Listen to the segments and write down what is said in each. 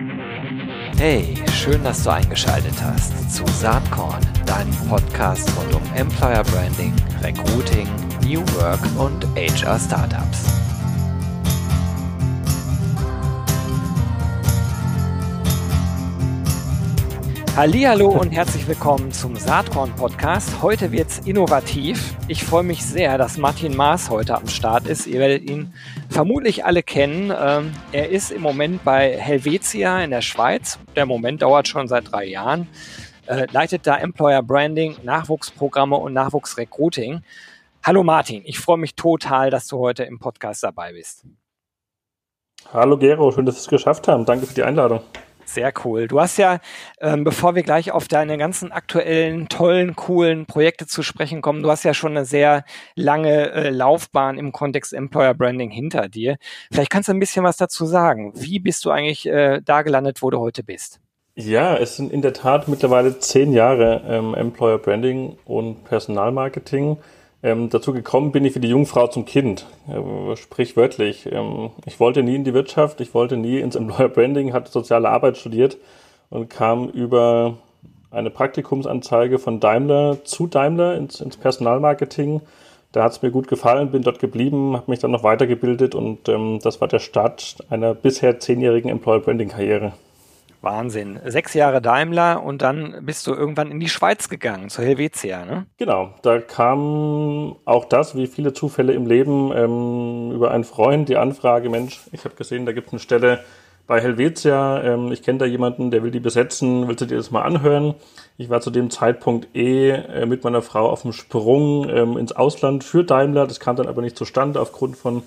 Hey, schön, dass du eingeschaltet hast zu Saatkorn, deinem Podcast rund um Employer Branding, Recruiting, New Work und HR Startups. Hallihallo und herzlich willkommen zum Saatkorn-Podcast. Heute wird's innovativ. Ich freue mich sehr, dass Martin Maas heute am Start ist. Ihr werdet ihn vermutlich alle kennen. Er ist im Moment bei Helvetia in der Schweiz. Der Moment dauert schon seit 3 Jahren. Leitet da Employer Branding, Nachwuchsprogramme und Nachwuchsrecruiting. Hallo Martin, ich freue mich total, dass du heute im Podcast dabei bist. Hallo Gero, schön, dass wir es geschafft haben. Danke für die Einladung. Sehr cool. Du hast ja, bevor wir gleich auf deine ganzen aktuellen, tollen, coolen Projekte zu sprechen kommen, du hast ja schon eine sehr lange Laufbahn im Kontext Employer Branding hinter dir. Vielleicht kannst du ein bisschen was dazu sagen. Wie bist du eigentlich da gelandet, wo du heute bist? Ja, es sind in der Tat mittlerweile 10 Jahre Employer Branding und Personalmarketing. Dazu gekommen bin ich wie die Jungfrau zum Kind, sprichwörtlich. Ich wollte nie in die Wirtschaft, ich wollte nie ins Employer Branding, hatte soziale Arbeit studiert und kam über eine Praktikumsanzeige von Daimler zu Daimler ins Personalmarketing. Da hat es mir gut gefallen, bin dort geblieben, habe mich dann noch weitergebildet und das war der Start einer bisher 10-jährigen Employer Branding Karriere. Wahnsinn. 6 Jahre Daimler und dann bist du irgendwann in die Schweiz gegangen, zur Helvetia, ne? Genau, da kam auch das, wie viele Zufälle im Leben, über einen Freund die Anfrage, Mensch, ich habe gesehen, da gibt es eine Stelle bei Helvetia, ich kenne da jemanden, der will die besetzen, willst du dir das mal anhören? Ich war zu dem Zeitpunkt mit meiner Frau auf dem Sprung ins Ausland für Daimler, das kam dann aber nicht zustande aufgrund von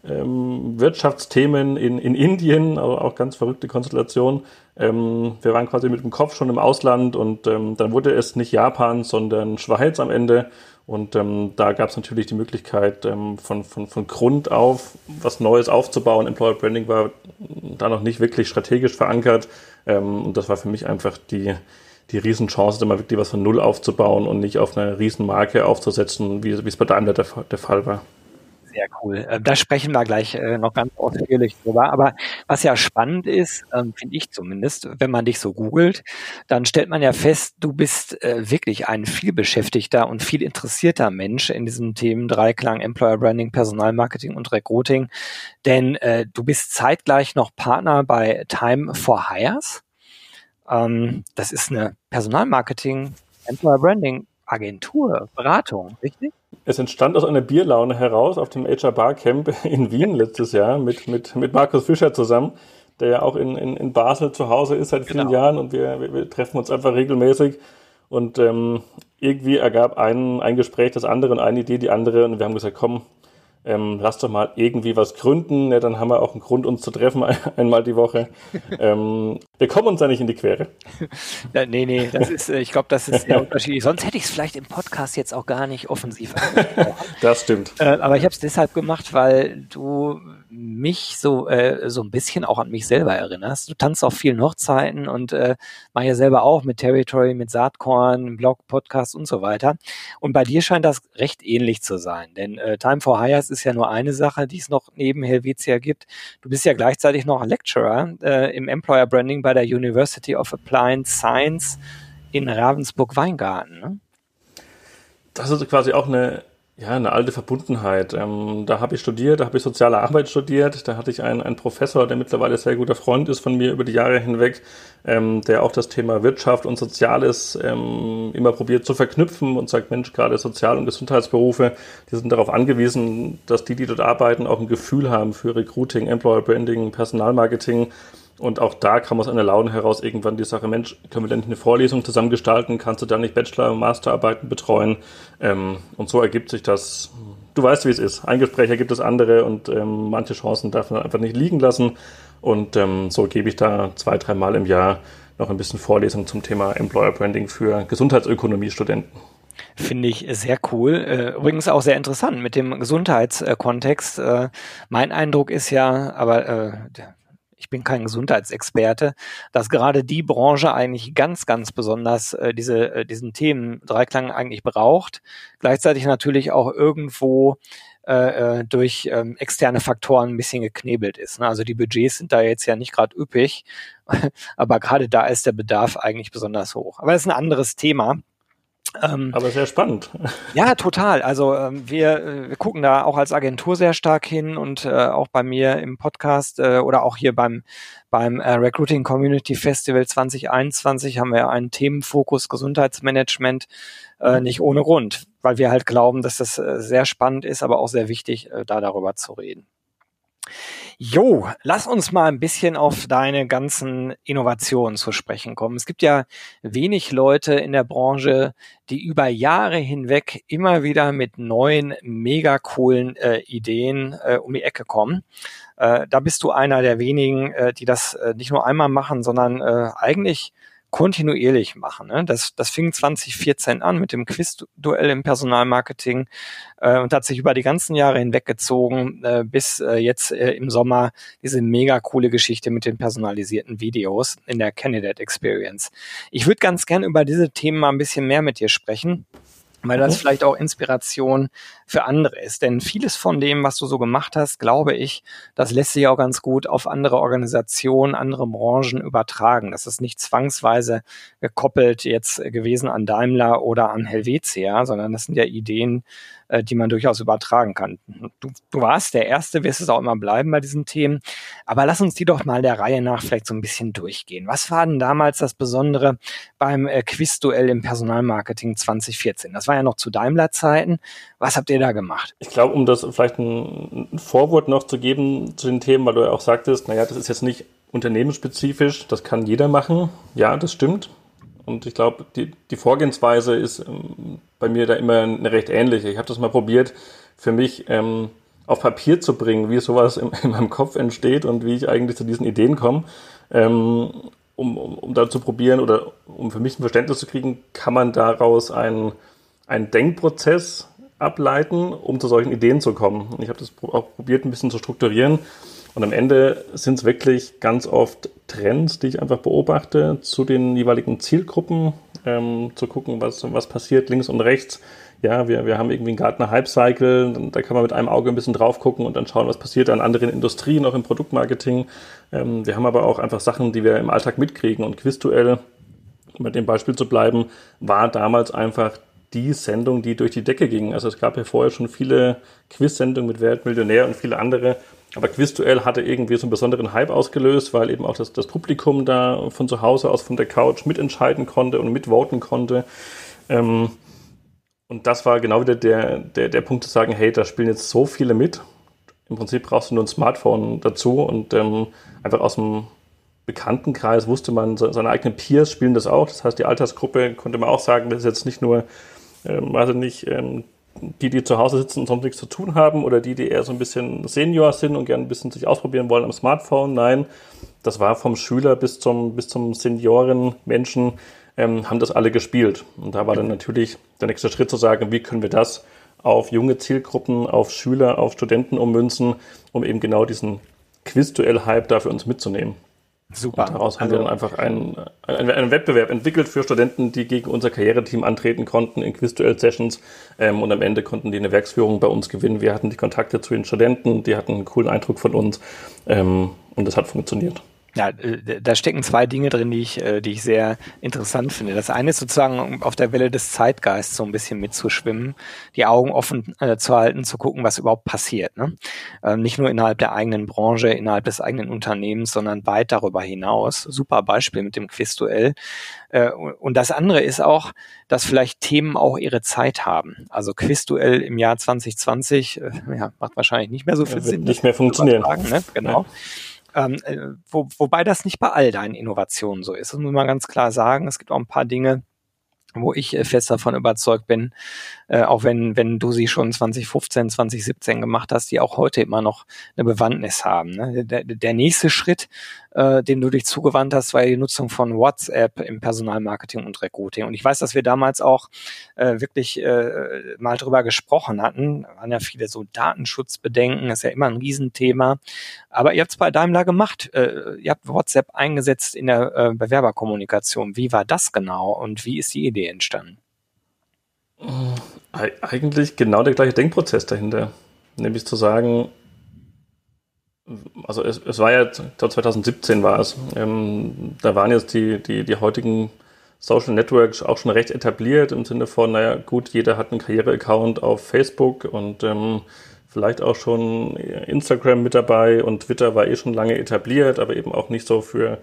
Wirtschaftsthemen in Indien, auch ganz verrückte Konstellation. Wir waren quasi mit dem Kopf schon im Ausland und dann wurde es nicht Japan, sondern Schweiz am Ende. Und da gab es natürlich die Möglichkeit, von Grund auf was Neues aufzubauen. Employer Branding war da noch nicht wirklich strategisch verankert. Und das war für mich einfach die Riesenchance, da mal wirklich was von Null aufzubauen und nicht auf eine Riesenmarke aufzusetzen, wie es bei Daimler der Fall war. Sehr cool. Da sprechen wir gleich noch ganz ausführlich drüber. Aber was ja spannend ist, finde ich zumindest, wenn man dich so googelt, dann stellt man ja fest, du bist wirklich ein vielbeschäftigter und viel interessierter Mensch in diesem Themen-Dreiklang Employer Branding, Personalmarketing und Recruiting. Denn du bist zeitgleich noch Partner bei Time for Hires. Das ist eine Personalmarketing, Employer Branding Agentur, Beratung, richtig? Es entstand aus einer Bierlaune heraus auf dem HR Barcamp in Wien letztes Jahr mit Markus Fischer zusammen, der ja auch in Basel zu Hause ist seit vielen Jahren und wir treffen uns einfach regelmäßig und irgendwie ergab ein Gespräch das andere und eine Idee die andere und wir haben gesagt, komm, lass doch mal irgendwie was gründen, ja, dann haben wir auch einen Grund, uns zu treffen einmal die Woche. Wir kommen uns da nicht in die Quere. Nee, ich glaube, das ist sehr unterschiedlich. Sonst hätte ich es vielleicht im Podcast jetzt auch gar nicht offensiv angesprochen. Das stimmt. Aber ich habe es deshalb gemacht, weil du mich so ein bisschen auch an mich selber erinnerst. Du tanzt auf vielen Hochzeiten und mach ja selber auch mit Territory, mit Saatkorn, Blog, Podcast und so weiter. Und bei dir scheint das recht ähnlich zu sein, denn Time for Hires ist ja nur eine Sache, die es noch neben Helvetia gibt. Du bist ja gleichzeitig noch Lecturer im Employer Branding bei der University of Applied Science in Ravensburg-Weingarten. Ne? Das ist quasi auch eine alte Verbundenheit. Da habe ich studiert, da habe ich soziale Arbeit studiert, da hatte ich einen Professor, der mittlerweile sehr guter Freund ist von mir über die Jahre hinweg, der auch das Thema Wirtschaft und Soziales immer probiert zu verknüpfen und sagt, Mensch, gerade Sozial- und Gesundheitsberufe, die sind darauf angewiesen, dass die dort arbeiten, auch ein Gefühl haben für Recruiting, Employer Branding, Personalmarketing. Und auch da kam aus einer Laune heraus irgendwann die Sache, Mensch, können wir denn nicht eine Vorlesung zusammen gestalten? Kannst du da nicht Bachelor- und Masterarbeiten betreuen? Und so ergibt sich das. Du weißt, wie es ist. Ein Gespräch ergibt das andere und manche Chancen darf man einfach nicht liegen lassen. Und so gebe ich da 2-3 Mal im Jahr noch ein bisschen Vorlesung zum Thema Employer Branding für Gesundheitsökonomie-Studenten. Finde ich sehr cool. Übrigens auch sehr interessant mit dem Gesundheitskontext. Mein Eindruck ist ja, aber ich bin kein Gesundheitsexperte, dass gerade die Branche eigentlich ganz, ganz besonders diesen Themen Dreiklang eigentlich braucht. Gleichzeitig natürlich auch irgendwo durch externe Faktoren ein bisschen geknebelt ist. Ne? Also die Budgets sind da jetzt ja nicht gerade üppig, aber gerade da ist der Bedarf eigentlich besonders hoch. Aber das ist ein anderes Thema. Aber sehr spannend. Ja, total. Also wir gucken da auch als Agentur sehr stark hin und auch bei mir im Podcast oder auch hier beim Recruiting Community Festival 2021 haben wir einen Themenfokus Gesundheitsmanagement, nicht ohne Grund, weil wir halt glauben, dass das sehr spannend ist, aber auch sehr wichtig, da darüber zu reden. Jo, lass uns mal ein bisschen auf deine ganzen Innovationen zu sprechen kommen. Es gibt ja wenig Leute in der Branche, die über Jahre hinweg immer wieder mit neuen, mega coolen Ideen um die Ecke kommen. Da bist du einer der wenigen, die das nicht nur einmal machen, sondern eigentlich kontinuierlich machen. Ne? Das fing 2014 an mit dem Quizduell im Personalmarketing und hat sich über die ganzen Jahre hinweggezogen, bis jetzt im Sommer diese mega coole Geschichte mit den personalisierten Videos in der Candidate Experience. Ich würde ganz gern über diese Themen mal ein bisschen mehr mit dir sprechen, weil das vielleicht auch Inspiration für andere ist. Denn vieles von dem, was du so gemacht hast, glaube ich, das lässt sich auch ganz gut auf andere Organisationen, andere Branchen übertragen. Das ist nicht zwangsweise gekoppelt jetzt gewesen an Daimler oder an Helvetia, sondern das sind ja Ideen, die man durchaus übertragen kann. Du warst der Erste, wirst es auch immer bleiben bei diesen Themen. Aber lass uns die doch mal der Reihe nach vielleicht so ein bisschen durchgehen. Was war denn damals das Besondere beim Quizduell im Personalmarketing 2014? Das war ja noch zu Daimler-Zeiten. Was habt ihr da gemacht? Ich glaube, um das vielleicht ein Vorwort noch zu geben zu den Themen, weil du ja auch sagtest, naja, das ist jetzt nicht unternehmensspezifisch, das kann jeder machen. Ja, das stimmt. Und ich glaube, die Vorgehensweise ist bei mir da immer eine recht ähnliche. Ich habe das mal probiert, für mich auf Papier zu bringen, wie sowas in meinem Kopf entsteht und wie ich eigentlich zu diesen Ideen komme, um da zu probieren oder um für mich ein Verständnis zu kriegen, kann man daraus einen Denkprozess ableiten, um zu solchen Ideen zu kommen. Und ich habe das auch probiert, ein bisschen zu strukturieren. Und am Ende sind es wirklich ganz oft Trends, die ich einfach beobachte zu den jeweiligen Zielgruppen, zu gucken, was passiert links und rechts. Ja, wir haben irgendwie einen Gartner Hype Cycle, da kann man mit einem Auge ein bisschen drauf gucken und dann schauen, was passiert an anderen Industrien, auch im Produktmarketing. Wir haben aber auch einfach Sachen, die wir im Alltag mitkriegen. Und Quizduell, um bei dem Beispiel zu bleiben, war damals einfach die Sendung, die durch die Decke ging. Also es gab ja vorher schon viele Quiz-Sendungen mit Wer wird Millionär und viele andere. Aber Quizduell hatte irgendwie so einen besonderen Hype ausgelöst, weil eben auch das Publikum da von zu Hause aus, von der Couch mitentscheiden konnte und mitvoten konnte. Und das war genau wieder der Punkt zu sagen, hey, da spielen jetzt so viele mit. Im Prinzip brauchst du nur ein Smartphone dazu und einfach aus dem Bekanntenkreis wusste man, seine eigenen Peers spielen das auch. Das heißt, die Altersgruppe konnte man auch sagen, das ist jetzt nicht nur, also nicht die zu Hause sitzen und sonst nichts zu tun haben oder die eher so ein bisschen Senior sind und gerne ein bisschen sich ausprobieren wollen am Smartphone. Nein, das war vom Schüler bis zum Senioren-Menschen, haben das alle gespielt. Und da war dann natürlich der nächste Schritt zu sagen, wie können wir das auf junge Zielgruppen, auf Schüler, auf Studenten ummünzen, um eben genau diesen Quizduell-Hype da für uns mitzunehmen. Super. Und daraus haben wir dann einfach einen Wettbewerb entwickelt für Studenten, die gegen unser Karriereteam antreten konnten in Quizduell-Sessions. Und am Ende konnten die eine Werksführung bei uns gewinnen. Wir hatten die Kontakte zu den Studenten, die hatten einen coolen Eindruck von uns. Und das hat funktioniert. Ja, da stecken zwei Dinge drin, die ich sehr interessant finde. Das eine ist sozusagen, auf der Welle des Zeitgeists so ein bisschen mitzuschwimmen, die Augen offen zu halten, zu gucken, was überhaupt passiert. Ne? Nicht nur innerhalb der eigenen Branche, innerhalb des eigenen Unternehmens, sondern weit darüber hinaus. Super Beispiel mit dem Quizduell. Und das andere ist auch, dass vielleicht Themen auch ihre Zeit haben. Also Quizduell im Jahr 2020 macht wahrscheinlich nicht mehr so viel Sinn. Nicht mehr funktionieren. Ne? Genau. Ja. Wobei das nicht bei all deinen Innovationen so ist. Das muss man ganz klar sagen. Es gibt auch ein paar Dinge, wo ich fest davon überzeugt bin, auch wenn du sie schon 2015, 2017 gemacht hast, die auch heute immer noch eine Bewandtnis haben. Ne? Der nächste Schritt, dem du dich zugewandt hast, war die Nutzung von WhatsApp im Personalmarketing und Recruiting. Und ich weiß, dass wir damals auch wirklich mal drüber gesprochen hatten. Waren ja viele so Datenschutzbedenken, ist ja immer ein Riesenthema. Aber ihr habt es bei Daimler gemacht. Ihr habt WhatsApp eingesetzt in der Bewerberkommunikation. Wie war das genau und wie ist die Idee entstanden? Eigentlich genau der gleiche Denkprozess dahinter. nämlich zu sagen, also es war ja, ich glaube 2017 war es, da waren jetzt die heutigen Social Networks auch schon recht etabliert im Sinne von, naja gut, jeder hat einen Karriere-Account auf Facebook und vielleicht auch schon Instagram mit dabei und Twitter war schon lange etabliert, aber eben auch nicht so für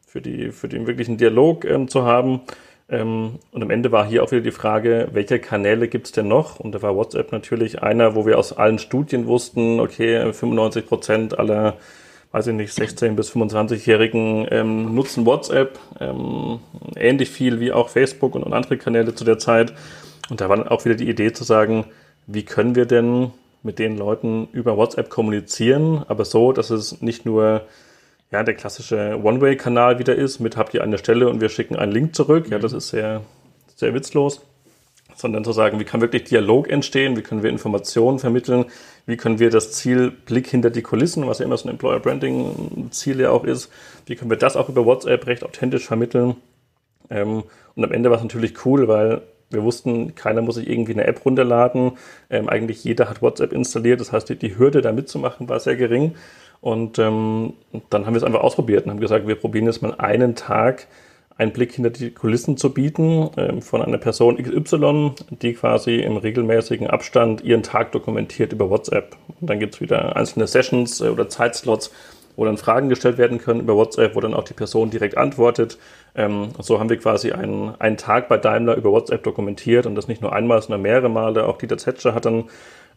den wirklichen Dialog zu haben. Und am Ende war hier auch wieder die Frage, welche Kanäle gibt es denn noch? Und da war WhatsApp natürlich einer, wo wir aus allen Studien wussten, okay, 95% aller, weiß ich nicht, 16- bis 25-Jährigen nutzen WhatsApp, ähnlich viel wie auch Facebook und andere Kanäle zu der Zeit. Und da war auch wieder die Idee zu sagen, wie können wir denn mit den Leuten über WhatsApp kommunizieren, aber so, dass es nicht nur der klassische One-Way-Kanal wieder ist, mit habt ihr eine Stelle und wir schicken einen Link zurück. Ja, das ist sehr, sehr witzlos. Sondern zu sagen, wie kann wirklich Dialog entstehen, wie können wir Informationen vermitteln, wie können wir das Ziel Blick hinter die Kulissen, was ja immer so ein Employer-Branding-Ziel ja auch ist, wie können wir das auch über WhatsApp recht authentisch vermitteln. Und am Ende war es natürlich cool, weil wir wussten, keiner muss sich irgendwie eine App runterladen. Eigentlich jeder hat WhatsApp installiert, das heißt, die Hürde da mitzumachen war sehr gering. Und dann haben wir es einfach ausprobiert und haben gesagt, wir probieren jetzt mal einen Tag einen Blick hinter die Kulissen zu bieten von einer Person XY, die quasi im regelmäßigen Abstand ihren Tag dokumentiert über WhatsApp. Und dann gibt es wieder einzelne Sessions oder Zeitslots, wo dann Fragen gestellt werden können über WhatsApp, wo dann auch die Person direkt antwortet. So haben wir quasi einen Tag bei Daimler über WhatsApp dokumentiert und das nicht nur einmal, sondern mehrere Male. Auch Dieter Zetscher hat dann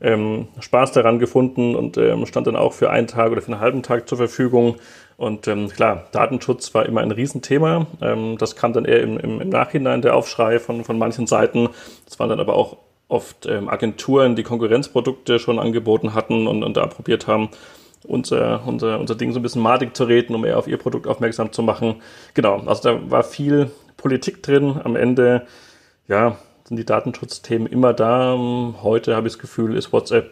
Spaß daran gefunden und stand dann auch für einen Tag oder für einen halben Tag zur Verfügung. Und klar, Datenschutz war immer ein Riesenthema. Das kam dann eher im Nachhinein, der Aufschrei von manchen Seiten. Das waren dann aber auch oft Agenturen, die Konkurrenzprodukte schon angeboten hatten und da probiert haben, unser Ding so ein bisschen madig zu reden, um eher auf ihr Produkt aufmerksam zu machen. Genau, also da war viel Politik drin. Am Ende, ja, sind die Datenschutzthemen immer da. Heute habe ich das Gefühl, ist WhatsApp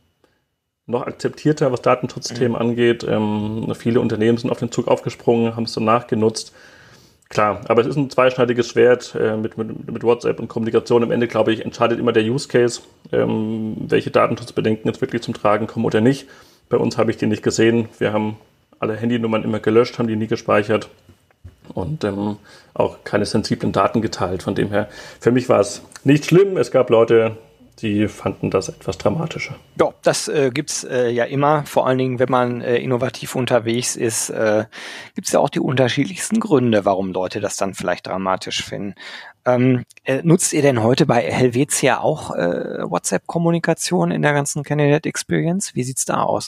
noch akzeptierter, was Datenschutzthemen angeht. Viele Unternehmen sind auf den Zug aufgesprungen, haben es dann nachgenutzt. Klar, aber es ist ein zweischneidiges Schwert mit WhatsApp und Kommunikation. Am Ende, glaube ich, entscheidet immer der Use Case, welche Datenschutzbedenken jetzt wirklich zum Tragen kommen oder nicht. Bei uns habe ich die nicht gesehen. Wir haben alle Handynummern immer gelöscht, haben die nie gespeichert und auch keine sensiblen Daten geteilt. Von dem her, für mich war es nicht schlimm. Es gab Leute, die fanden das etwas dramatischer. Ja, das gibt's ja immer. Vor allen Dingen, wenn man innovativ unterwegs ist, gibt's ja auch die unterschiedlichsten Gründe, warum Leute das dann vielleicht dramatisch finden. Nutzt ihr denn heute bei Helvetia auch WhatsApp-Kommunikation in der ganzen Candidate Experience? Wie sieht's da aus?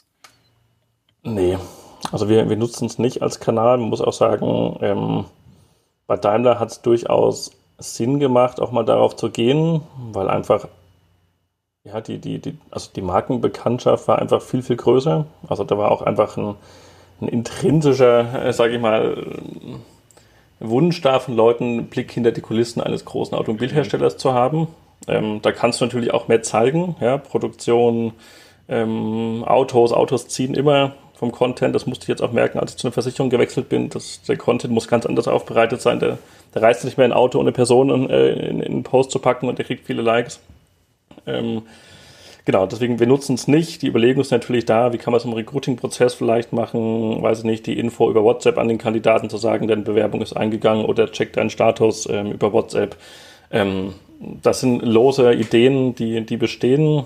Nee, also wir nutzen es nicht als Kanal. Man muss auch sagen, bei Daimler hat es durchaus Sinn gemacht, auch mal darauf zu gehen, weil einfach ja, die Markenbekanntschaft war einfach viel, viel größer. Also da war auch einfach ein intrinsischer, sage ich mal, Wunsch da von Leuten, einen Blick hinter die Kulissen eines großen Automobilherstellers zu haben. Da kannst du natürlich auch mehr zeigen. Ja? Produktion, Autos ziehen immer vom Content. Das musste ich jetzt auch merken, als ich zu einer Versicherung gewechselt bin. Der Content muss ganz anders aufbereitet sein. Der reißt nicht mehr ein Auto und eine Person in einen Post zu packen und der kriegt viele Likes. Genau, deswegen, wir nutzen es nicht. Die Überlegung ist natürlich da, wie kann man es im Recruiting-Prozess vielleicht machen, weiß ich nicht, die Info über WhatsApp an den Kandidaten zu sagen, deine Bewerbung ist eingegangen oder check deinen Status über WhatsApp. Das sind lose Ideen, die bestehen,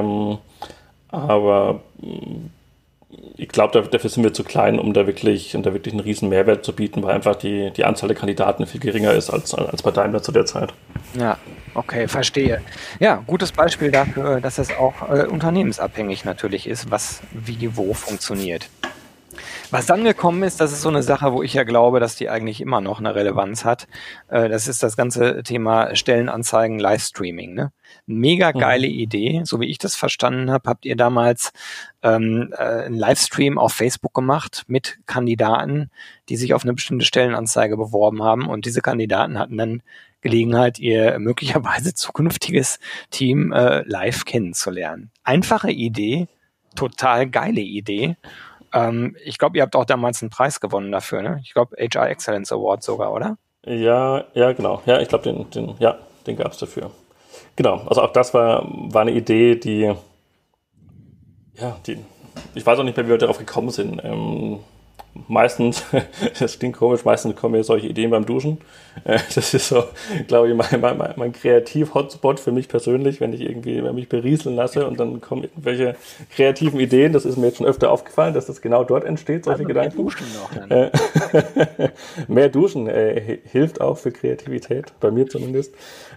aber ich glaube, dafür sind wir zu klein, um da wirklich einen riesen Mehrwert zu bieten, weil einfach die Anzahl der Kandidaten viel geringer ist als bei Daimler zu der Zeit. Ja, okay, verstehe. Ja, gutes Beispiel dafür, dass es auch unternehmensabhängig natürlich ist, was wie wo funktioniert. Was dann gekommen ist, das ist so eine Sache, wo ich ja glaube, dass die eigentlich immer noch eine Relevanz hat. Das ist das ganze Thema Stellenanzeigen, Livestreaming. Ne? Mega geile Idee. So wie ich das verstanden habe, habt ihr damals einen Livestream auf Facebook gemacht mit Kandidaten, die sich auf eine bestimmte Stellenanzeige beworben haben. Und diese Kandidaten hatten dann Gelegenheit, ihr möglicherweise zukünftiges Team live kennenzulernen. Einfache Idee, total geile Idee. Ich glaube, ihr habt auch damals einen Preis gewonnen dafür, ne? Ich glaube, HR Excellence Award sogar, oder? Ja, genau. Ja, ich glaube, den gab es dafür. Genau, also auch das war eine Idee, die Ja, ich weiß auch nicht mehr, wie wir darauf gekommen sind. Meistens, das klingt komisch, meistens kommen mir solche Ideen beim Duschen. Das ist so, glaube ich, mein Kreativ-Hotspot für mich persönlich, wenn ich mich berieseln lasse und dann kommen irgendwelche kreativen Ideen. Das ist mir jetzt schon öfter aufgefallen, dass das genau dort entsteht, solche Gedanken. Mehr Duschen noch, dann. Mehr Duschen hilft auch für Kreativität, bei mir zumindest.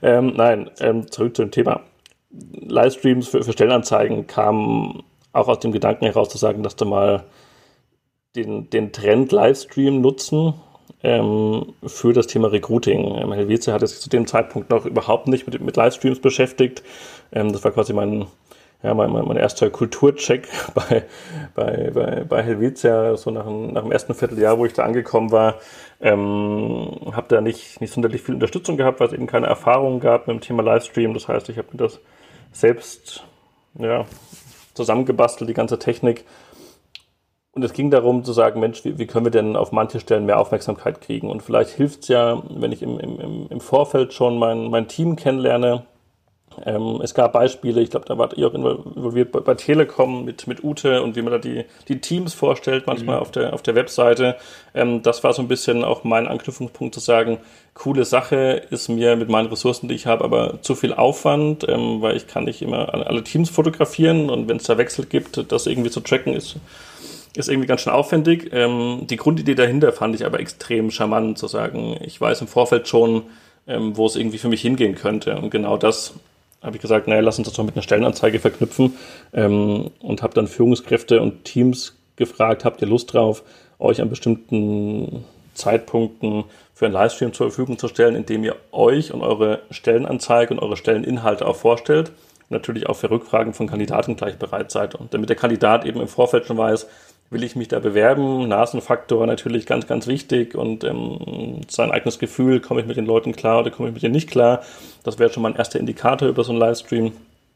Zurück zu dem Thema. Livestreams für Stellenanzeigen kamen auch aus dem Gedanken heraus zu sagen, dass du mal den Trend Livestream nutzen für das Thema Recruiting. Helvetia hat sich zu dem Zeitpunkt noch überhaupt nicht mit Livestreams beschäftigt. Das war quasi mein erster Kulturcheck bei Helvetia, so nach dem ersten Vierteljahr, wo ich da angekommen war. Habe da nicht sonderlich viel Unterstützung gehabt, weil es eben keine Erfahrung gab mit dem Thema Livestream. Das heißt, ich habe mir das selbst zusammengebastelt, die ganze Technik. Und es ging darum zu sagen, Mensch, wie können wir denn auf manche Stellen mehr Aufmerksamkeit kriegen? Und vielleicht hilft es ja, wenn ich im Vorfeld schon mein Team kennenlerne. Es gab Beispiele, ich glaube, da wart ihr auch involviert bei Telekom mit Ute und wie man da die Teams vorstellt, manchmal auf der Webseite. Das war so ein bisschen auch mein Anknüpfungspunkt zu sagen, coole Sache ist mir mit meinen Ressourcen, die ich habe, aber zu viel Aufwand, weil ich kann nicht immer alle Teams fotografieren und wenn es da Wechsel gibt, das irgendwie zu tracken ist irgendwie ganz schön aufwendig. Die Grundidee dahinter fand ich aber extrem charmant, zu sagen, ich weiß im Vorfeld schon, wo es irgendwie für mich hingehen könnte. Und genau das habe ich gesagt, lass uns das doch mit einer Stellenanzeige verknüpfen und habe dann Führungskräfte und Teams gefragt, habt ihr Lust drauf, euch an bestimmten Zeitpunkten für einen Livestream zur Verfügung zu stellen, indem ihr euch und eure Stellenanzeige und eure Stelleninhalte auch vorstellt. Natürlich auch für Rückfragen von Kandidaten gleich bereit seid. Und damit der Kandidat eben im Vorfeld schon weiß, will ich mich da bewerben? Nasenfaktor natürlich ganz, ganz wichtig und sein eigenes Gefühl, komme ich mit den Leuten klar oder komme ich mit denen nicht klar? Das wäre schon mal ein erster Indikator über so einen Livestream.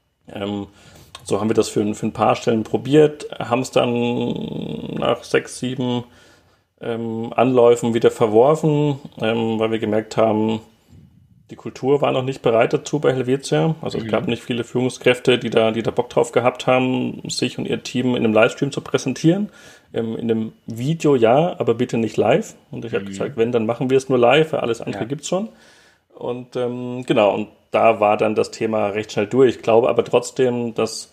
So haben wir das für ein paar Stellen probiert, haben es dann nach 6, 7 Anläufen wieder verworfen, weil wir gemerkt haben, die Kultur war noch nicht bereit dazu bei Helvetia. Also es gab nicht viele Führungskräfte, die da Bock drauf gehabt haben, sich und ihr Team in einem Livestream zu präsentieren. In einem Video ja, aber bitte nicht live. Und ich habe gesagt, wenn, dann machen wir es nur live, weil alles andere gibt's schon. Und und da war dann das Thema recht schnell durch. Ich glaube aber trotzdem, dass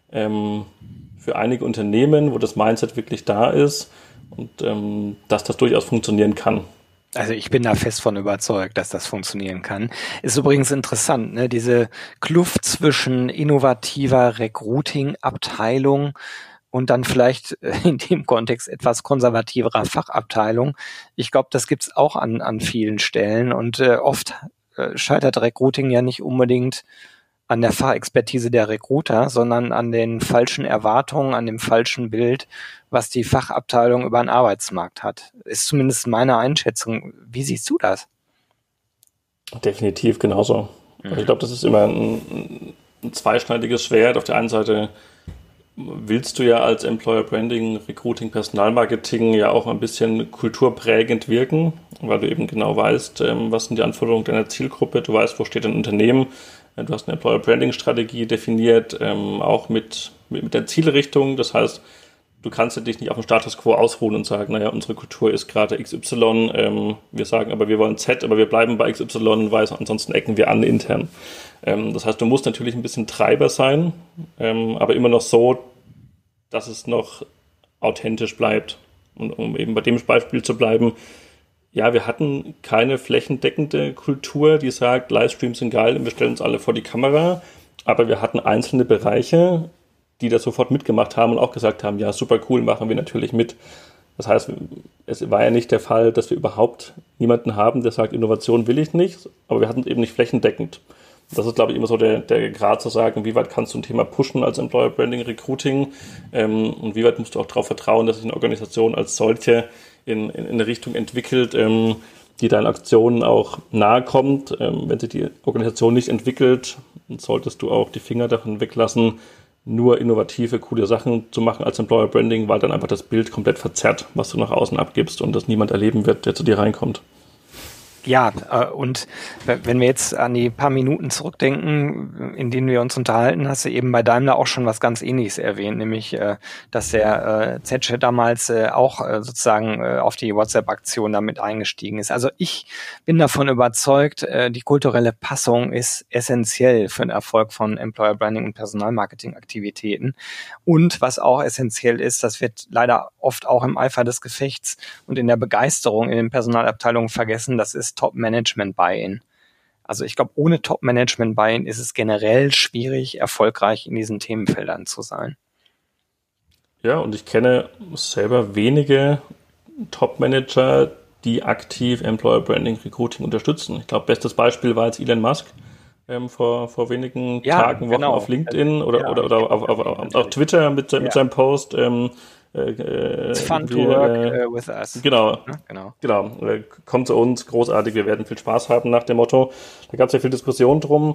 für einige Unternehmen, wo das Mindset wirklich da ist und dass das durchaus funktionieren kann. Also ich bin da fest von überzeugt, dass das funktionieren kann. Ist übrigens interessant, ne? Diese Kluft zwischen innovativer Recruiting-Abteilung und dann vielleicht in dem Kontext etwas konservativerer Fachabteilung. Ich glaube, das gibt's auch an vielen Stellen und oft scheitert Recruiting ja nicht unbedingt an der Fachexpertise der Recruiter, sondern an den falschen Erwartungen, an dem falschen Bild, was die Fachabteilung über den Arbeitsmarkt hat. Ist zumindest meine Einschätzung. Wie siehst du das? Definitiv genauso. Also ich glaube, das ist immer ein zweischneidiges Schwert. Auf der einen Seite willst du ja als Employer Branding, Recruiting, Personalmarketing ja auch ein bisschen kulturprägend wirken, weil du eben genau weißt, was sind die Anforderungen deiner Zielgruppe, du weißt, wo steht ein Unternehmen, du hast eine Employer Branding Strategie definiert, auch mit der Zielrichtung, das heißt, du kannst dich nicht auf dem Status Quo ausruhen und sagen, unsere Kultur ist gerade XY, wir sagen aber, wir wollen Z, aber wir bleiben bei XY, weil ansonsten ecken wir an intern. Das heißt, du musst natürlich ein bisschen Treiber sein, aber immer noch so, dass es noch authentisch bleibt. Und um eben bei dem Beispiel zu bleiben, ja, wir hatten keine flächendeckende Kultur, die sagt, Livestreams sind geil und wir stellen uns alle vor die Kamera, aber wir hatten einzelne Bereiche, die das sofort mitgemacht haben und auch gesagt haben, ja, super cool, machen wir natürlich mit. Das heißt, es war ja nicht der Fall, dass wir überhaupt niemanden haben, der sagt, Innovation will ich nicht, aber wir hatten es eben nicht flächendeckend. Das ist, glaube ich, immer so der Grad zu sagen, wie weit kannst du ein Thema pushen als Employer Branding, Recruiting und wie weit musst du auch darauf vertrauen, dass sich eine Organisation als solche in eine Richtung entwickelt, die deinen Aktionen auch nahe kommt. Wenn sich die Organisation nicht entwickelt, solltest du auch die Finger davon weglassen, nur innovative, coole Sachen zu machen als Employer Branding, weil dann einfach das Bild komplett verzerrt, was du nach außen abgibst und das niemand erleben wird, der zu dir reinkommt. Ja, und wenn wir jetzt an die paar Minuten zurückdenken, in denen wir uns unterhalten, hast du eben bei Daimler auch schon was ganz Ähnliches erwähnt, nämlich, dass der Z-Chat damals auch sozusagen auf die WhatsApp-Aktion damit eingestiegen ist. Also ich bin davon überzeugt, die kulturelle Passung ist essentiell für den Erfolg von Employer Branding und Personalmarketing-Aktivitäten. Und was auch essentiell ist, das wird leider oft auch im Eifer des Gefechts und in der Begeisterung in den Personalabteilungen vergessen, das ist Top-Management-Buy-in. Also ich glaube, ohne Top-Management-Buy-in ist es generell schwierig, erfolgreich in diesen Themenfeldern zu sein. Ja, und ich kenne selber wenige Top-Manager, die aktiv Employer Branding Recruiting unterstützen. Ich glaube, bestes Beispiel war jetzt Elon Musk vor wenigen Tagen, Wochen auf LinkedIn oder auf Twitter mit seinem Post. It's fun to work with us. Genau. Kommt zu uns, großartig, wir werden viel Spaß haben nach dem Motto. Da gab es ja viel Diskussion drum.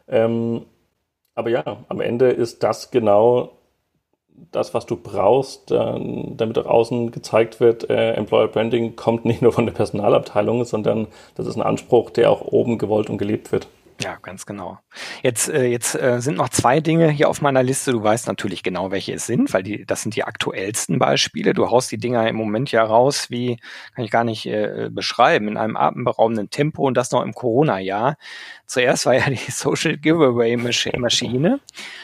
Aber ja, am Ende ist das genau das, was du brauchst, damit auch außen gezeigt wird, Employer Branding kommt nicht nur von der Personalabteilung, sondern das ist ein Anspruch, der auch oben gewollt und gelebt wird. Ja, ganz genau. Jetzt sind noch zwei Dinge hier auf meiner Liste. Du weißt natürlich genau, welche es sind, weil das sind die aktuellsten Beispiele. Du haust die Dinger im Moment ja raus, wie kann ich gar nicht beschreiben, in einem atemberaubenden Tempo und das noch im Corona-Jahr. Zuerst war ja die Social Giveaway-Maschine,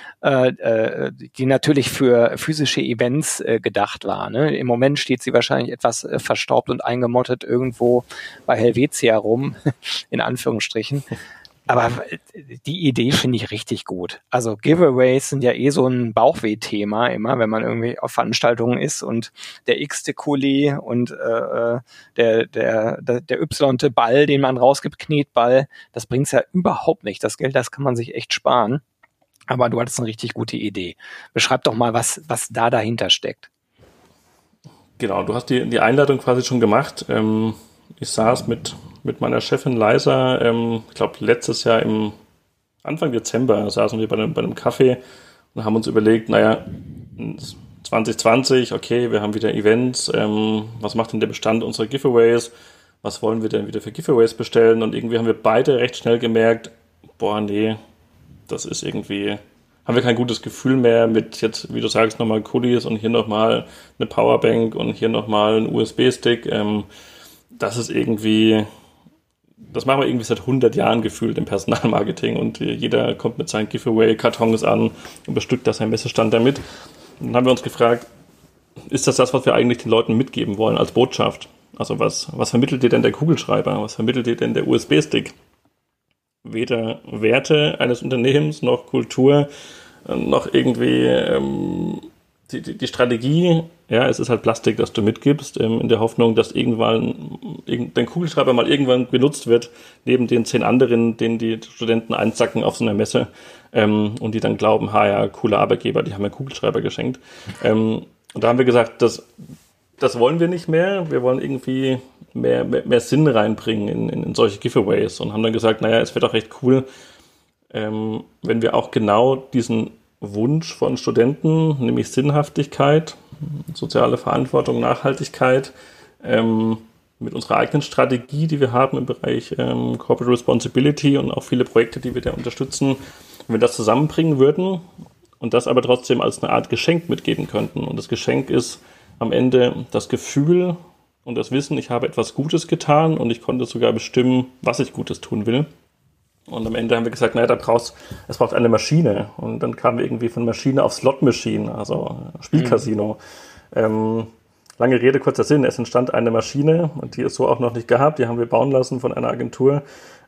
die natürlich für physische Events gedacht war. Ne? Im Moment steht sie wahrscheinlich etwas verstaubt und eingemottet irgendwo bei Helvetia rum, in Anführungsstrichen. Aber die Idee finde ich richtig gut. Also Giveaways sind ja so ein Bauchweh-Thema immer, wenn man irgendwie auf Veranstaltungen ist und der x-te Kuli und der y-te Ball, den man rausgibt, Knetball, das bringt's ja überhaupt nicht. Das Geld, das kann man sich echt sparen. Aber du hattest eine richtig gute Idee. Beschreib doch mal, was da dahinter steckt. Genau, du hast die Einleitung quasi schon gemacht. Ich saß mit meiner Chefin Leisa, ich glaube letztes Jahr im Anfang Dezember saßen wir bei einem Kaffee und haben uns überlegt, 2020, okay, wir haben wieder Events, was macht denn der Bestand unserer Giveaways, was wollen wir denn wieder für Giveaways bestellen, und irgendwie haben wir beide recht schnell gemerkt, das ist irgendwie, haben wir kein gutes Gefühl mehr mit jetzt, wie du sagst, nochmal Kulis und hier nochmal eine Powerbank und hier nochmal ein USB-Stick, das ist irgendwie, das machen wir irgendwie seit 100 Jahren gefühlt im Personalmarketing und jeder kommt mit seinen Giveaway-Kartons an und bestückt da seinen Messestand damit. Und dann haben wir uns gefragt, ist das, was wir eigentlich den Leuten mitgeben wollen als Botschaft? Also was vermittelt dir denn der Kugelschreiber? Was vermittelt dir denn der USB-Stick? Weder Werte eines Unternehmens, noch Kultur, noch irgendwie die Strategie, ja, es ist halt Plastik, das du mitgibst, in der Hoffnung, dass irgendwann dein Kugelschreiber mal irgendwann benutzt wird, neben den 10 anderen, denen die Studenten einsacken auf so einer Messe, und die dann glauben, cooler Arbeitgeber, die haben mir Kugelschreiber geschenkt. Und da haben wir gesagt, das wollen wir nicht mehr, wir wollen irgendwie mehr Sinn reinbringen in solche Giveaways, und haben dann gesagt, es wäre doch recht cool, wenn wir auch genau diesen Wunsch von Studenten, nämlich Sinnhaftigkeit, soziale Verantwortung, Nachhaltigkeit, mit unserer eigenen Strategie, die wir haben im Bereich Corporate Responsibility und auch viele Projekte, die wir da unterstützen, wenn wir das zusammenbringen würden und das aber trotzdem als eine Art Geschenk mitgeben könnten. Und das Geschenk ist am Ende das Gefühl und das Wissen, ich habe etwas Gutes getan und ich konnte sogar bestimmen, was ich Gutes tun will. Und am Ende haben wir gesagt, es braucht eine Maschine. Und dann kamen wir irgendwie von Maschine auf Slot Machine, also Spielcasino. Lange Rede, kurzer Sinn. Es entstand eine Maschine, und die es so auch noch nicht gab. Die haben wir bauen lassen von einer Agentur.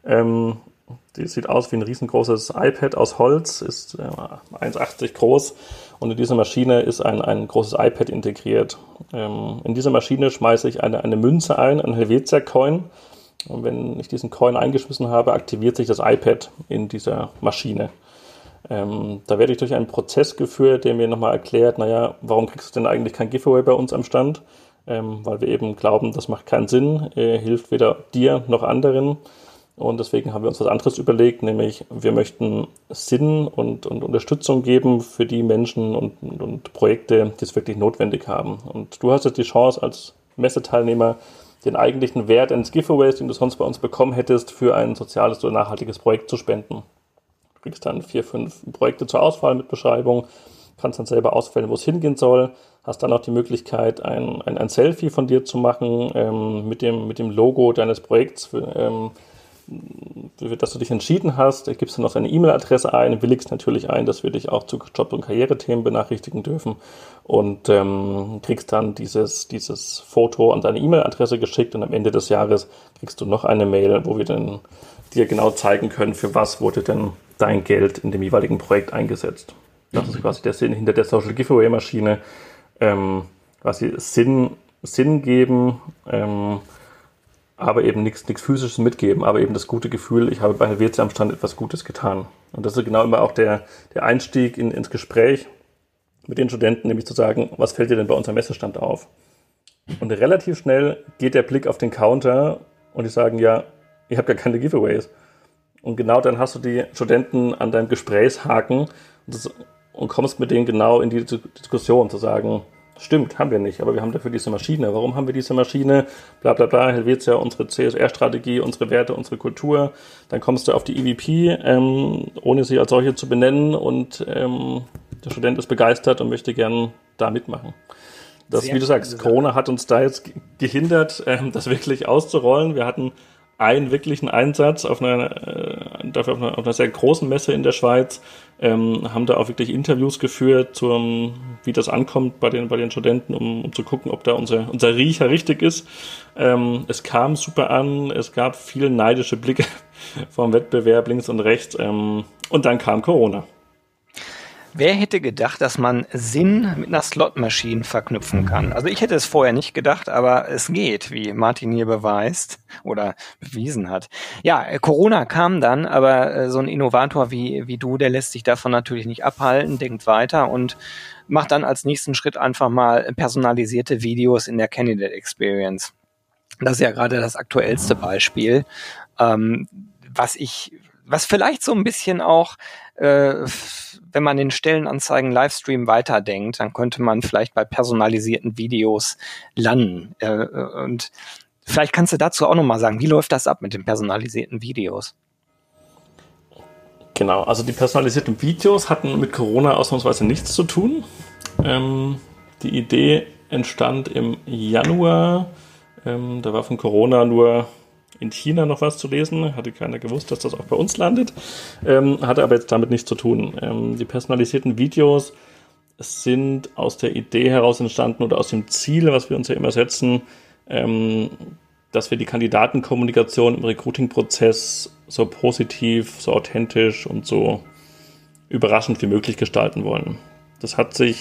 Die sieht aus wie ein riesengroßes iPad aus Holz, ist 1,80 groß. Und in dieser Maschine ist ein großes iPad integriert. In diese Maschine schmeiße ich eine Münze ein Helvetia-Coin. Und wenn ich diesen Coin eingeschmissen habe, aktiviert sich das iPad in dieser Maschine. Da werde ich durch einen Prozess geführt, der mir nochmal erklärt, warum kriegst du denn eigentlich kein Giveaway bei uns am Stand? Weil wir eben glauben, das macht keinen Sinn, hilft weder dir noch anderen. Und deswegen haben wir uns was anderes überlegt, nämlich wir möchten Sinn und Unterstützung geben für die Menschen und Projekte, die es wirklich notwendig haben. Und du hast jetzt die Chance als Messeteilnehmer, den eigentlichen Wert eines Giveaways, den du sonst bei uns bekommen hättest, für ein soziales oder nachhaltiges Projekt zu spenden. Du kriegst dann 4, 5 Projekte zur Auswahl mit Beschreibung, kannst dann selber auswählen, wo es hingehen soll, hast dann auch die Möglichkeit, ein Selfie von dir zu machen mit dem Logo deines Projekts, für das du dich entschieden hast. Du gibst dann noch deine E-Mail-Adresse ein, willigst natürlich ein, dass wir dich auch zu Job- und Karrierethemen benachrichtigen dürfen und kriegst dann dieses Foto an deine E-Mail-Adresse geschickt und am Ende des Jahres kriegst du noch eine Mail, wo wir dann dir genau zeigen können, für was wurde denn dein Geld in dem jeweiligen Projekt eingesetzt. Das ist quasi der Sinn hinter der Social Giveaway-Maschine, quasi Sinn geben, aber eben nichts Physisches mitgeben, aber eben das gute Gefühl, ich habe bei Helvetia am Stand etwas Gutes getan. Und das ist genau immer auch der Einstieg ins Gespräch mit den Studenten, nämlich zu sagen, was fällt dir denn bei unserem Messestand auf? Und relativ schnell geht der Blick auf den Counter und die sagen, ja, ihr habt ja keine Giveaways. Und genau dann hast du die Studenten an deinem Gesprächshaken und kommst mit denen genau in die Diskussion, zu sagen, stimmt, haben wir nicht, aber wir haben dafür diese Maschine. Warum haben wir diese Maschine? Bla bla bla, Helvetia, unsere CSR-Strategie, unsere Werte, unsere Kultur. Dann kommst du auf die EVP, ohne sie als solche zu benennen und der Student ist begeistert und möchte gern da mitmachen. Das, wie du sagst, Corona hat uns da jetzt gehindert, das wirklich auszurollen. Wir hatten einen wirklichen Einsatz auf einer sehr großen Messe in der Schweiz, haben da auch wirklich Interviews geführt, wie das ankommt bei den Studenten, um zu gucken, ob da unser Riecher richtig ist. Es kam super an, es gab viele neidische Blicke vom Wettbewerb links und rechts und dann kam Corona. Wer hätte gedacht, dass man Sinn mit einer Slot-Machine verknüpfen kann? Also ich hätte es vorher nicht gedacht, aber es geht, wie Martin hier beweist oder bewiesen hat. Ja, Corona kam dann, aber so ein Innovator wie du, der lässt sich davon natürlich nicht abhalten, denkt weiter und macht dann als nächsten Schritt einfach mal personalisierte Videos in der Candidate Experience. Das ist ja gerade das aktuellste Beispiel, was vielleicht so ein bisschen auch, wenn man den Stellenanzeigen Livestream weiterdenkt, dann könnte man vielleicht bei personalisierten Videos landen. Und vielleicht kannst du dazu auch nochmal sagen, wie läuft das ab mit den personalisierten Videos? Genau, also die personalisierten Videos hatten mit Corona ausnahmsweise nichts zu tun. Die Idee entstand im Januar. Da war von Corona nur in China noch was zu lesen, hatte keiner gewusst, dass das auch bei uns landet, hatte aber jetzt damit nichts zu tun. Die personalisierten Videos sind aus der Idee heraus entstanden oder aus dem Ziel, was wir uns ja immer setzen, dass wir die Kandidatenkommunikation im Recruiting-Prozess so positiv, so authentisch und so überraschend wie möglich gestalten wollen. Das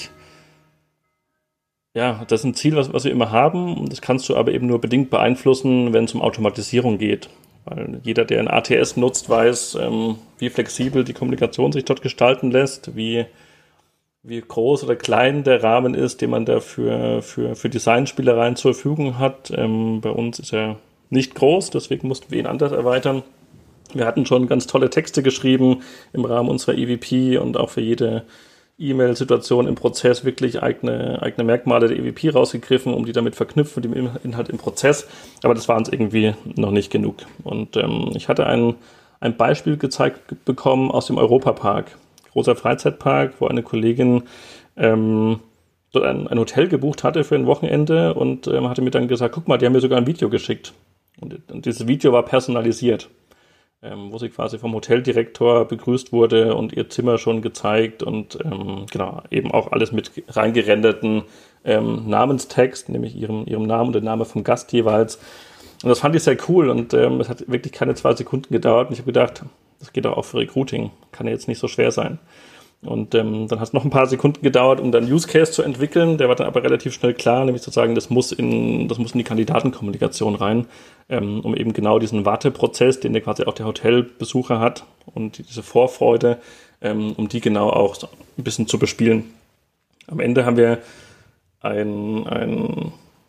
ist ein Ziel, was wir immer haben. Das kannst du aber eben nur bedingt beeinflussen, wenn es um Automatisierung geht. Weil jeder, der ein ATS nutzt, weiß, wie flexibel die Kommunikation sich dort gestalten lässt, wie groß oder klein der Rahmen ist, den man da für Designspielereien zur Verfügung hat. Bei uns ist er nicht groß, deswegen mussten wir ihn anders erweitern. Wir hatten schon ganz tolle Texte geschrieben im Rahmen unserer EVP und auch für jede E-Mail-Situation im Prozess wirklich eigene Merkmale der EVP rausgegriffen, um die damit verknüpfen mit dem Inhalt im Prozess. Aber das war uns irgendwie noch nicht genug. Und ich hatte ein Beispiel gezeigt bekommen aus dem Europapark. Großer Freizeitpark, wo eine Kollegin dort ein Hotel gebucht hatte für ein Wochenende und hatte mir dann gesagt, guck mal, die haben mir sogar ein Video geschickt. Und dieses Video war personalisiert, wo sie quasi vom Hoteldirektor begrüßt wurde und ihr Zimmer schon gezeigt und eben auch alles mit reingerenderten Namenstext, nämlich ihrem Namen und der Name vom Gast jeweils. Und das fand ich sehr cool und es hat wirklich keine 2 Sekunden gedauert und ich habe gedacht, das geht auch für Recruiting, kann ja jetzt nicht so schwer sein. Und dann hat es noch ein paar Sekunden gedauert, um dann Use Case zu entwickeln. Der war dann aber relativ schnell klar, nämlich zu sagen, das muss in die Kandidatenkommunikation rein, um eben genau diesen Warteprozess, den quasi auch der Hotelbesucher hat und diese Vorfreude, um die genau auch so ein bisschen zu bespielen. Am Ende haben wir ein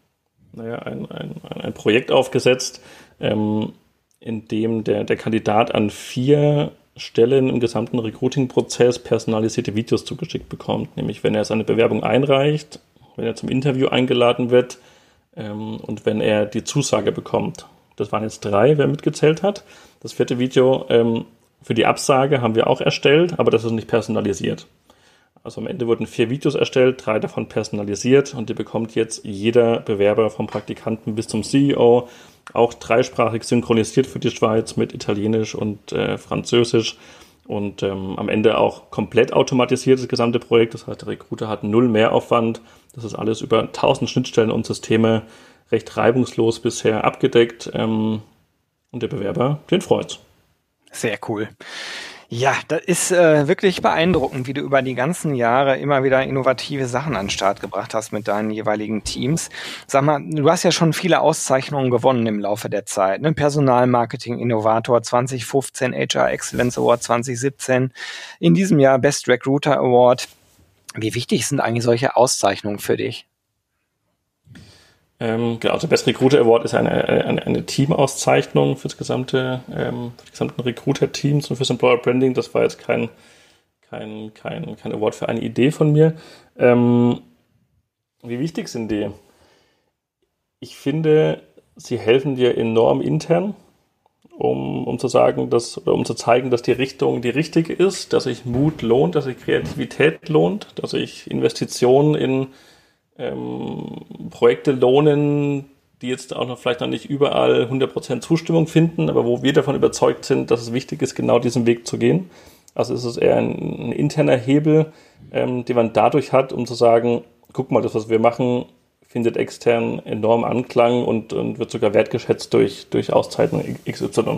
Projekt aufgesetzt, in dem der Kandidat an 4 Stellen im gesamten Recruiting-Prozess personalisierte Videos zugeschickt bekommt. Nämlich, wenn er seine Bewerbung einreicht, wenn er zum Interview eingeladen wird, und wenn er die Zusage bekommt. Das waren jetzt 3, wer mitgezählt hat. Das 4. Video für die Absage haben wir auch erstellt, aber das ist nicht personalisiert. Also am Ende wurden 4 Videos erstellt, 3 davon personalisiert und die bekommt jetzt jeder Bewerber vom Praktikanten bis zum CEO, auch 3-sprachig synchronisiert für die Schweiz mit Italienisch und Französisch und am Ende auch komplett automatisiert das gesamte Projekt. Das heißt, der Recruiter hat 0 Mehraufwand. Das ist alles über 1000 Schnittstellen und Systeme recht reibungslos bisher abgedeckt und der Bewerber, den freut's. Sehr cool. Ja, das ist wirklich beeindruckend, wie du über die ganzen Jahre immer wieder innovative Sachen an den Start gebracht hast mit deinen jeweiligen Teams. Sag mal, du hast ja schon viele Auszeichnungen gewonnen im Laufe der Zeit. Ne? Personalmarketing Innovator 2015, HR Excellence Award 2017, in diesem Jahr Best Recruiter Award. Wie wichtig sind eigentlich solche Auszeichnungen für dich? Genau, der Best Recruiter Award ist eine Teamauszeichnung für die gesamten Recruiter-Teams und fürs Employer Branding. Das war jetzt kein Award für eine Idee von mir. Wie wichtig sind die? Ich finde, sie helfen dir enorm intern, um zu sagen, um zu zeigen, dass die Richtung die richtige ist, dass sich Mut lohnt, dass sich Kreativität lohnt, dass sich Investitionen in Projekte lohnen, die jetzt auch noch vielleicht noch nicht überall 100% Zustimmung finden, aber wo wir davon überzeugt sind, dass es wichtig ist, genau diesen Weg zu gehen. Also es ist eher ein interner Hebel, den man dadurch hat, um zu sagen, guck mal, das, was wir machen, findet extern enorm Anklang und wird sogar wertgeschätzt durch Auszeichnung XY.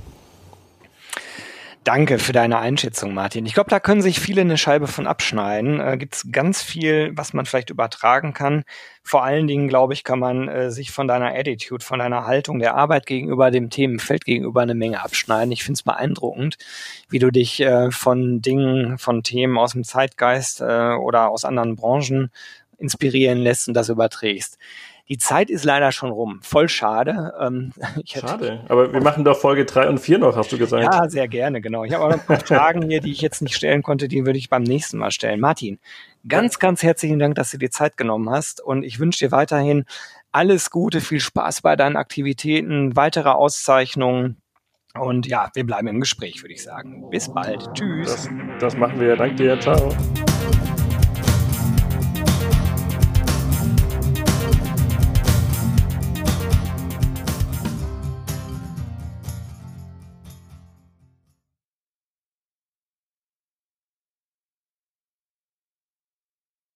Danke für deine Einschätzung, Martin. Ich glaube, da können sich viele eine Scheibe von abschneiden. Gibt es ganz viel, was man vielleicht übertragen kann. Vor allen Dingen, glaube ich, kann man sich von deiner Attitude, von deiner Haltung der Arbeit gegenüber dem Themenfeld gegenüber eine Menge abschneiden. Ich finde es beeindruckend, wie du dich von Dingen, von Themen aus dem Zeitgeist oder aus anderen Branchen inspirieren lässt und das überträgst. Die Zeit ist leider schon rum. Voll schade. Schade, aber wir machen doch Folge 3 und 4 noch, hast du gesagt. Ja, sehr gerne, genau. Ich habe auch noch ein paar Fragen hier, die ich jetzt nicht stellen konnte, die würde ich beim nächsten Mal stellen. Martin, ganz herzlichen Dank, dass du dir Zeit genommen hast und ich wünsche dir weiterhin alles Gute, viel Spaß bei deinen Aktivitäten, weitere Auszeichnungen und ja, wir bleiben im Gespräch, würde ich sagen. Bis bald. Tschüss. Das machen wir. Danke dir. Ciao.